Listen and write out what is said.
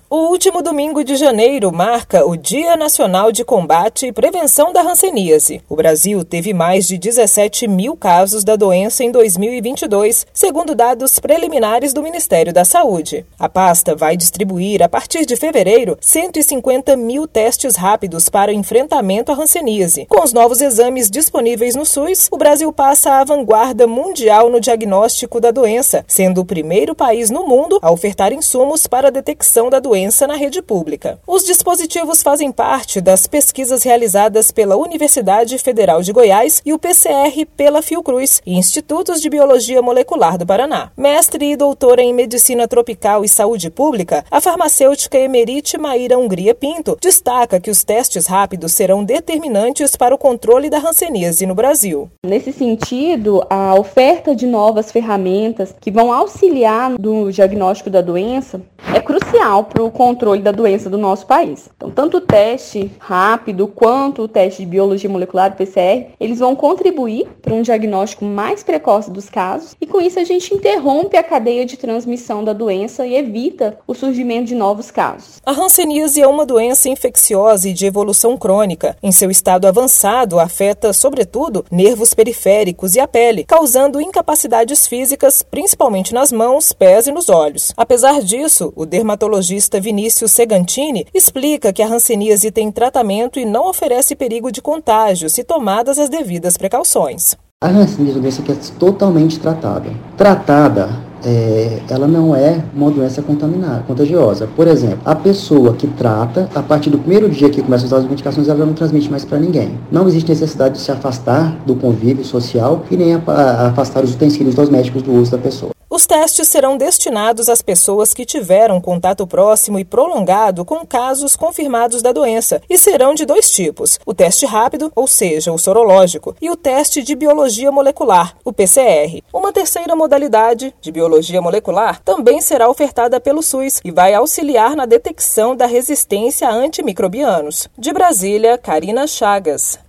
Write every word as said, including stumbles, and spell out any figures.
O último domingo de janeiro marca o Dia Nacional de Combate e Prevenção da Hanseníase. O Brasil teve mais de dezessete mil casos da doença em dois mil e vinte e dois, segundo dados preliminares do Ministério da Saúde. A pasta vai distribuir, a partir de fevereiro, cento e cinquenta mil testes rápidos para o enfrentamento à hanseníase. Com os novos exames disponíveis no SUS, o Brasil passa à vanguarda mundial no diagnóstico da doença, sendo o primeiro país no mundo a ofertar insumos para a detecção da doença na rede pública. Os dispositivos fazem parte das pesquisas realizadas pela Universidade Federal de Goiás e o P C R pela Fiocruz e Institutos de Biologia Molecular do Paraná. Mestre e doutora em Medicina Tropical e Saúde Pública, a farmacêutica Emerite Maíra Hungria Pinto destaca que os testes rápidos serão determinantes para o controle da hanseníase no Brasil. Nesse sentido, a oferta de novas ferramentas que vão auxiliar no diagnóstico da doença é crucial para o controle da doença do nosso país. Então, tanto o teste rápido quanto o teste de biologia molecular, P C R, eles vão contribuir para um diagnóstico mais precoce dos casos e, com isso, a gente interrompe a cadeia de transmissão da doença e evita o surgimento de novos casos. A hanseníase é uma doença infecciosa e de evolução crônica. Em seu estado avançado, afeta, sobretudo, nervos periféricos e a pele, causando incapacidades físicas, principalmente nas mãos, pés e nos olhos. Apesar disso, o dermatologista Vinícius Segantini explica que a hanseníase tem tratamento e não oferece perigo de contágio se tomadas as devidas precauções. A hanseníase é uma doença que é totalmente tratada. Tratada, é, ela não é uma doença contaminada, contagiosa. Por exemplo, a pessoa que trata, a partir do primeiro dia que começa a usar as medicações, ela não transmite mais para ninguém. Não existe necessidade de se afastar do convívio social e nem a, a afastar os utensílios domésticos do uso da pessoa. Os testes serão destinados às pessoas que tiveram contato próximo e prolongado com casos confirmados da doença e serão de dois tipos: o teste rápido, ou seja, o sorológico, e o teste de biologia molecular, o P C R. Uma terceira modalidade, de biologia molecular, também será ofertada pelo SUS e vai auxiliar na detecção da resistência a antimicrobianos. De Brasília, Karina Chagas.